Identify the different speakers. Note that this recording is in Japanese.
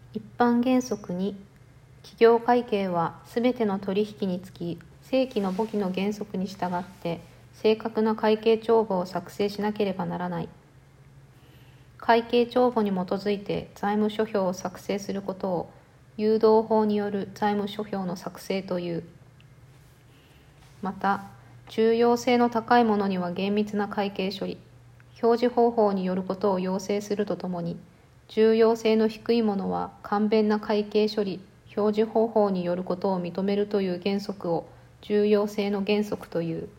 Speaker 1: 一般原則2、企業会計はすべての取引につき正規の簿記の原則に従って正確な会計帳簿を作成しなければならない。会計帳簿に基づいて財務諸表を作成することを誘導法による財務諸表の作成という。また、重要性の高いものには厳密な会計処理、表示方法によることを要請するとともに、重要性の低いものは簡便な会計処理、表示方法によることを認めるという原則を重要性の原則という。